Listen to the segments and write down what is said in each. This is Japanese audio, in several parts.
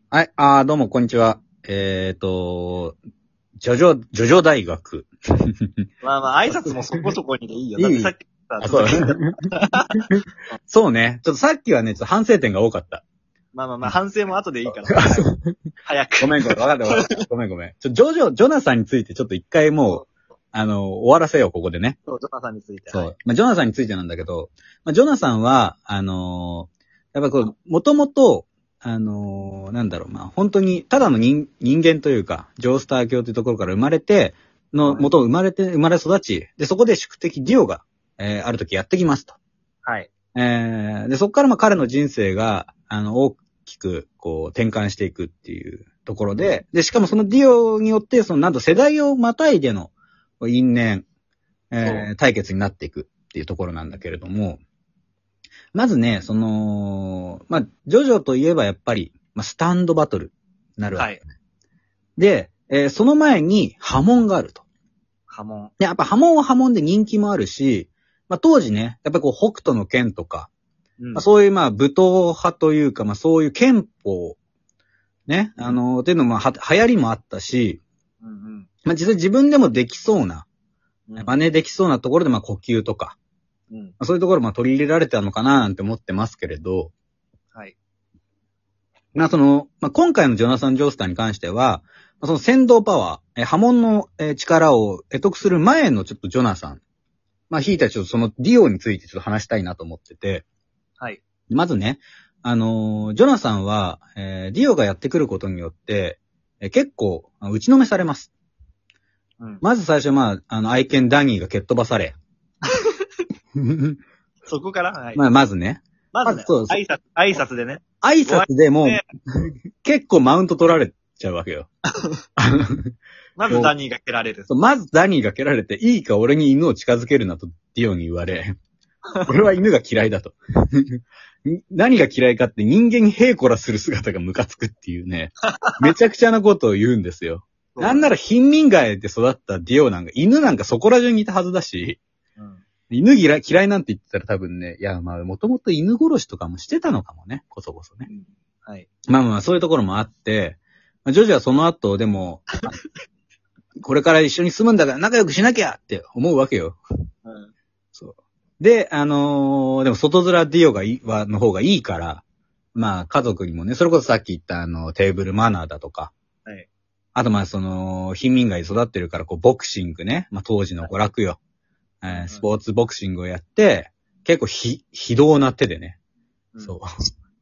はい、どうも、こんにちは。ジョジョ大学。 まあまあ、挨拶もそこそこにでいいよ。 いいだってさっきさ、 そう続けた。 そうね。ちょっとさっきはね、ちょっと反省点が多かった。 まあまあまあ、反省も後でいいから。早く。 ごめん、わかった。ごめん。ジョナサンについてちょっと一回もう、終わらせよう、ここでね。 そう、ジョナサンについて。 そう。まあ、ジョナサンについてなんだけど、まあ、ジョナサンは、やっぱこう、もともと、なんだろう、まあ、本当に、ただの人間というか、ジョースター教というところから生まれて、生まれ育ち、で、そこで宿敵ディオが、ある時やってきますと。 はい。 で、そこからまあ彼の人生が、大きく、こう、転換していくっていうところで、で、しかもそのディオによって、なんと世代をまたいでの因縁、対決になっていくっていうところなんだけれども、まずね、まあ、ジョジョといえばやっぱり、まあ、スタンドバトルになるわけ、ね。はい。で、その前に波紋があると。 波紋。 で、やっぱ波紋は波紋で人気もあるし、まあ、当時ね、やっぱりこう、北斗の剣とか、まあ、そういうまあ、武闘派というか、まあ、そういう憲法、ね、っていうのも流行りもあったし、まあ、実際自分でもできそうな、真似できそうなところで、まあ、呼吸とか、そういうところも取り入れられたのかななんて思ってますけれど、 はい。 まあまあ、今回のジョナサン・ジョースターに関しては、その先導パワー、波紋の力を得得する前のちょっとジョナサン、まあ、ひいてはちょっとそのディオについてちょっと話したいなと思ってて、 はい。 まずね、ジョナサンは、ディオがやってくることによって、結構、打ちのめされます。まず最初、まあ、愛犬ダニーが蹴っ飛ばされ。 そこからはい。 まずね。 まずね、そう挨拶でね。 挨拶でも、結構マウント取られちゃうわけよ。 まずダニーが蹴られる。 まずダニーが蹴られて、いいか俺に犬を近づけるなとディオに言われ、俺は犬が嫌いだと。何が嫌いかって人間ヘイコラする姿がムカつくっていうね、めちゃくちゃなことを言うんですよ。なんなら貧民街で育ったディオなんか、犬なんかそこら中にいたはずだし、犬嫌いなんて言ってたら多分ね、いやまあもともと犬殺しとかもしてたのかもね、こそこそね。 はい。 まあそういうところもあって、ジョジョはその後でも、これから一緒に住むんだから仲良くしなきゃって思うわけよ。そう。で、でも外面ディオの方がいいから、まあ家族にもね、それこそさっき言ったテーブルマナーだとか、 はい。 あとまあ貧民街で育ってるからボクシングね、まあ当時の娯楽よ。スポーツボクシングをやって、結構非道な手でね、そう。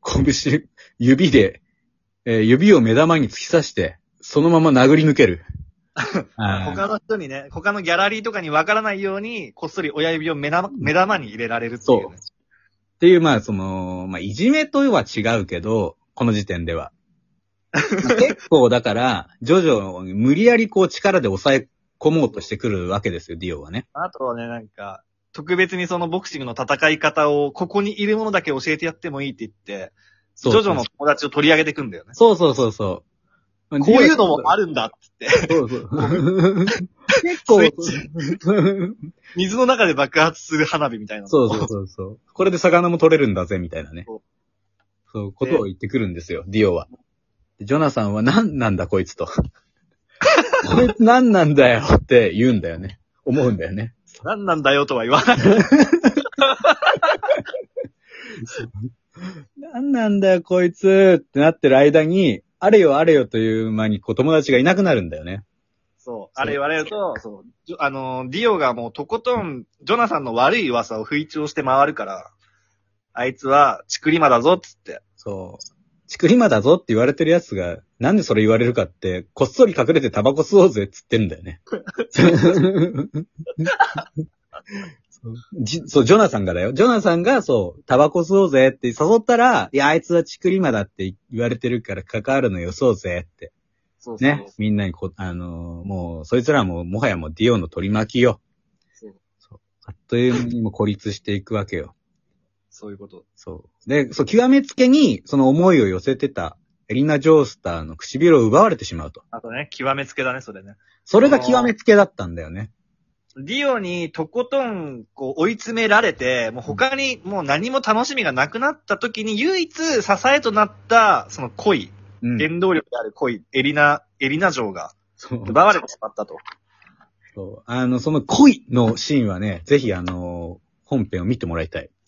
指を目玉に突き刺して、そのまま殴り抜ける。 他の人にね、他のギャラリーとかにわからないように、こっそり親指を目玉に入れられるっていう、ね。そう。 っていう、まあ、まあ、いじめとは違うけど、この時点では。結構、だから、ジョジョを無理やり力で抑え込もうとしてくるわけですよ、ディオはね。 あとはね、なんか、特別にそのボクシングの戦い方を、ここにいるものだけ教えてやってもいいって言って、ジョジョの友達を取り上げてくんだよね。 そう。 こういうのもあるんだって言って。そう。結構、水の中で爆発する花火みたいな。 そう。これで魚も取れるんだぜ、みたいなね。そう、ことを言ってくるんですよ、ディオは。ジョナサンは何なんだこいつと。こいつ何なんだよって言うんだよね。思うんだよね。 何なんだよとは言わない。 何なんだよこいつってなってる間に、あれよという間に友達がいなくなるんだよね。 そう。あれ言われると、そう。ディオがもうとことん、ジョナサンの悪い噂を吹聴して回るから、あいつは、チクリマだぞっつって。 そう。チクリマだぞって言われてるやつが、なんでそれ言われるかって、こっそり隠れてタバコ吸おうぜっつってんだよね。そう、ジョナサンがだよ。ジョナサンが、タバコ吸おうぜって誘ったら、いや、あいつはチクリマだって言われてるから関わるのよそうぜって。そう。ね。みんなにもう、そいつらも、もはやもうディオの取り巻きよ。そう。あっという間にも孤立していくわけよ。 そういうこと。 そう。で、極めつけに、その思いを寄せてた、エリナ・ジョースターの唇を奪われてしまうと。 あとね、極めつけだね、それね。 それが極めつけだったんだよね。 ディオにとことん、追い詰められて、もう他にもう何も楽しみがなくなった時に唯一支えとなった、その恋。 原動力である恋、エリナ城がそう。 奪われてしまったと。 そうその恋のシーンはね、ぜひ本編を見てもらいたい。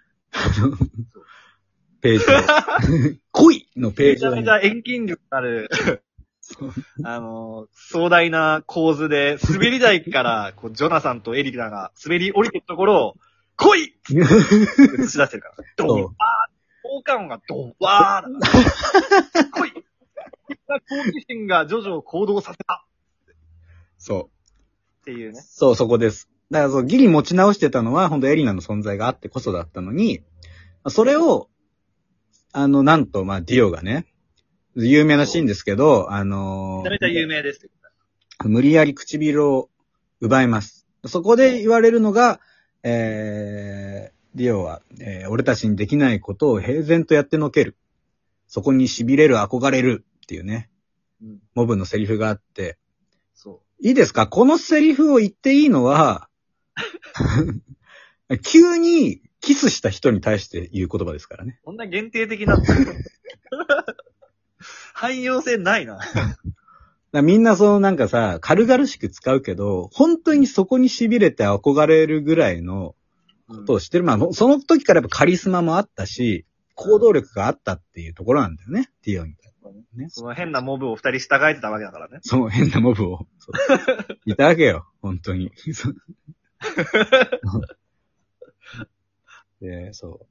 ページを。恋のページをね、 めちゃめちゃ遠近力のある、 そう壮大な構図で、滑り台から、こう、ジョナサンとエリナが滑り降りていくところを、恋って映し出してるから。ドン、 そうワー効果音がドン、ワー恋好奇心がジョジョを行動させたそう。 っていうね。 そう、そこです。だからギリ持ち直してたのは、本当エリナの存在があってこそだったのに、それを、なんと、ディオがね、有名なシーンですけど、 めちゃめちゃ有名ですよ。 無理やり唇を奪います。そこで言われるのが、ディオは、俺たちにできないことを平然とやってのける。そこに痺れる、憧れるっていうね、モブのセリフがあって、 そいいですか？このセリフを言っていいのは、急にキスした人に対して言う言葉ですからね。 こんな限定的な。汎用性ないな。 みんななんかさ、軽々しく使うけど、本当にそこに痺れて憧れるぐらいのことをしてる。その時からやっぱカリスマもあったし、行動力があったっていうところなんだよね、ティオみたいな。ね、 その変なモブを二人従えてたわけだからね。 そう、変なモブを。いたわけよ、本当に。で、そう。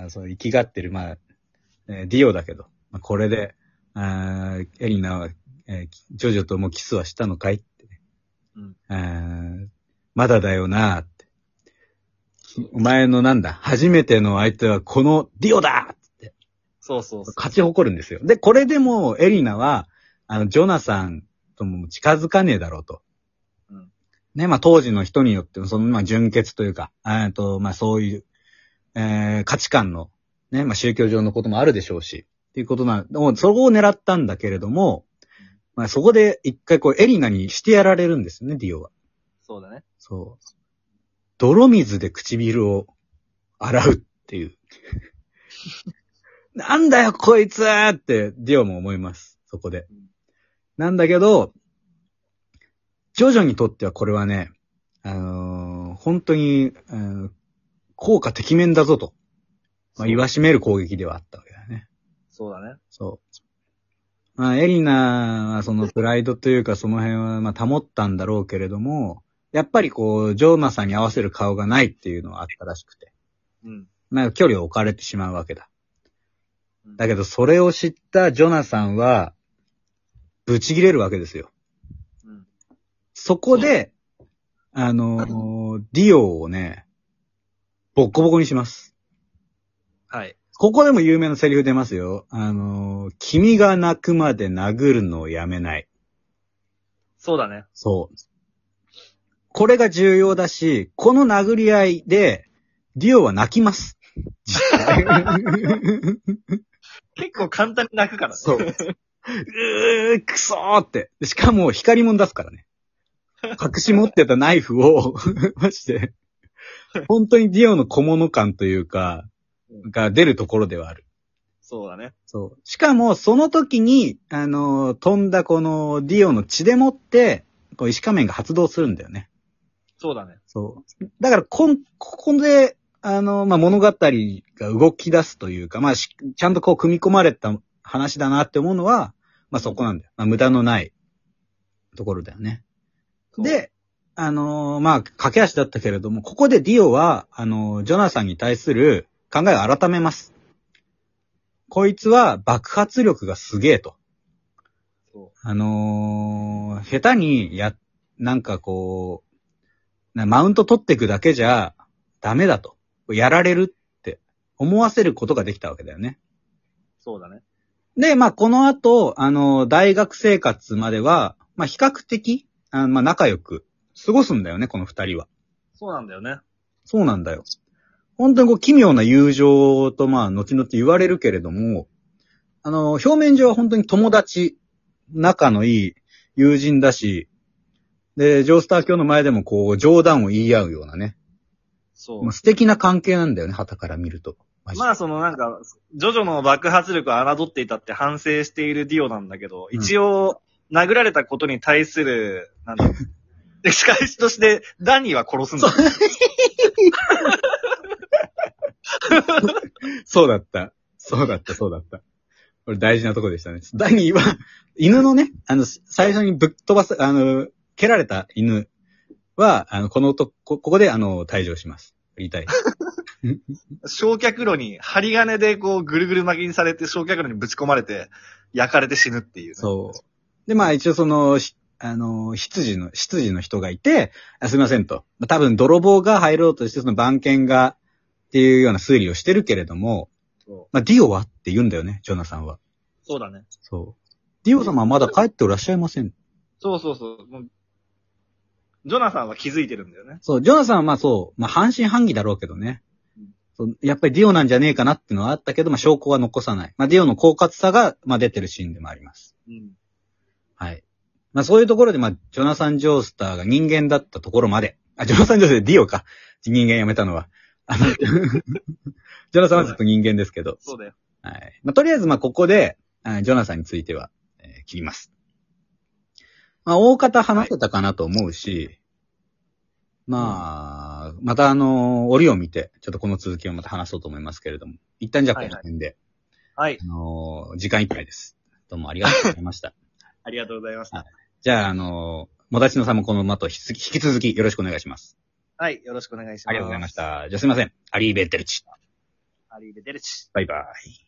そう、生きがってる、ディオだけど、これで、エリナは、ジョジョともキスはしたのかいってね。まだだよなーって。お前の初めての相手はこのディオだって。 そうそうそう。 勝ち誇るんですよ。で、これでもエリナは、ジョナサンとも近づかねえだろうと。ね、当時の人によっても、純潔というか、そういう、価値観の、ね、宗教上のこともあるでしょうし、っていうことそこを狙ったんだけれども、そこで一回エリナにしてやられるんですよね、ディオは。 そうだね。 そう。泥水で唇を洗うっていう。なんだよ、こいつってディオも思います、そこで。なんだけど、ジョジョにとってはこれはね、本当に、効果てきめんだぞと。言わしめる攻撃ではあったわけだね。 そうだね。 そう。エリナはそのプライドというかその辺は保ったんだろうけれども、やっぱりジョナサンに合わせる顔がないっていうのがあったらしくて。距離を置かれてしまうわけだ。だけどそれを知ったジョナサンは、ブチ切れるわけですよ。そこで、ディオをね、ボッコボコにします。 はい。 ここでも有名なセリフ出ますよ。君が泣くまで殴るのをやめない。 そうだね。 そう。これが重要だし、この殴り合いで、ディオは泣きます。 結構簡単に泣くからね。 そう。くそーって。しかも光もん出すからね。隠し持ってたナイフを、まして、本当にディオの小物感というか、が出るところではある。 そうだね。 そう。しかも、その時に、飛んだこのディオの血でもって、石仮面が発動するんだよね。 そうだね。 そう。だから、ここで、物語が動き出すというか、ちゃんと組み込まれた話だなって思うのは、そこなんだよ。無駄のないところだよね。で、駆け足だったけれども、ここでディオは、ジョナサンに対する考えを改めます。こいつは爆発力がすげえと。下手にマウント取っていくだけじゃダメだと。やられるって思わせることができたわけだよね。 そうだね。 で、この後、大学生活までは、比較的、仲良く過ごすんだよね、この二人は。 そうなんだよね。 そうなんだよ。本当に奇妙な友情と後々言われるけれども、表面上は本当に友達、仲のいい友人だし、で、ジョースター教の前でも冗談を言い合うようなね。 そう。 素敵な関係なんだよね、傍から見ると。 マジまあそのなんか、ジョジョの爆発力を侮っていたって反省しているディオなんだけど、一応、殴られたことに対する、なんだろう。仕返しとして、ダニーは殺すんだよ。 そうだった。そうだった。これ大事なとこでしたね。ダニーは、犬のね、最初にぶっ飛ばす、蹴られた犬は、ここで、退場します。言いたい。 焼却炉に針金でこうぐるぐる巻きにされて焼却炉にぶち込まれて焼かれて死ぬっていう、ね。 そう。で、まあ一応執事の人がいて、すみませんと。多分泥棒が入ろうとしてその番犬がっていうような推理をしてるけれども、まあディオはって言うんだよね、ジョナサンは。 そうだね。 そう。ディオ様はまだ帰っておらっしゃいません。 そう。もうジョナサンは気づいてるんだよね。 そう、ジョナサンはまあそう、まあ半信半疑だろうけどね。そうやっぱりディオなんじゃねえかなっていうのはあったけど、まあ証拠は残さない。まあディオの狡猾さが、まあ出てるシーンでもあります。 うん。 はい。まあそういうところで、まあ、ジョナサン・ジョースターが人間だったところまで。ジョナサン・ジョースターでディオか。人間やめたのは。ジョナサンはずっと人間ですけど。 そうだよ。 はい。まあとりあえず、まあここで、ジョナサンについては、切ります。まあ大方話せたかなと思うし、まあ、また折を見て、ちょっとこの続きをまた話そうと思いますけれども。一旦じゃあこの辺で。 はい。 時間いっぱいです。どうもありがとうございました。 ありがとうございました。 じゃあ、もだちのさんもこのまと引き続きよろしくお願いします。 はい、よろしくお願いします。 ありがとうございました。じゃあすいません。アリーベッテルチ。 アリーベデルチ。 バイバイ。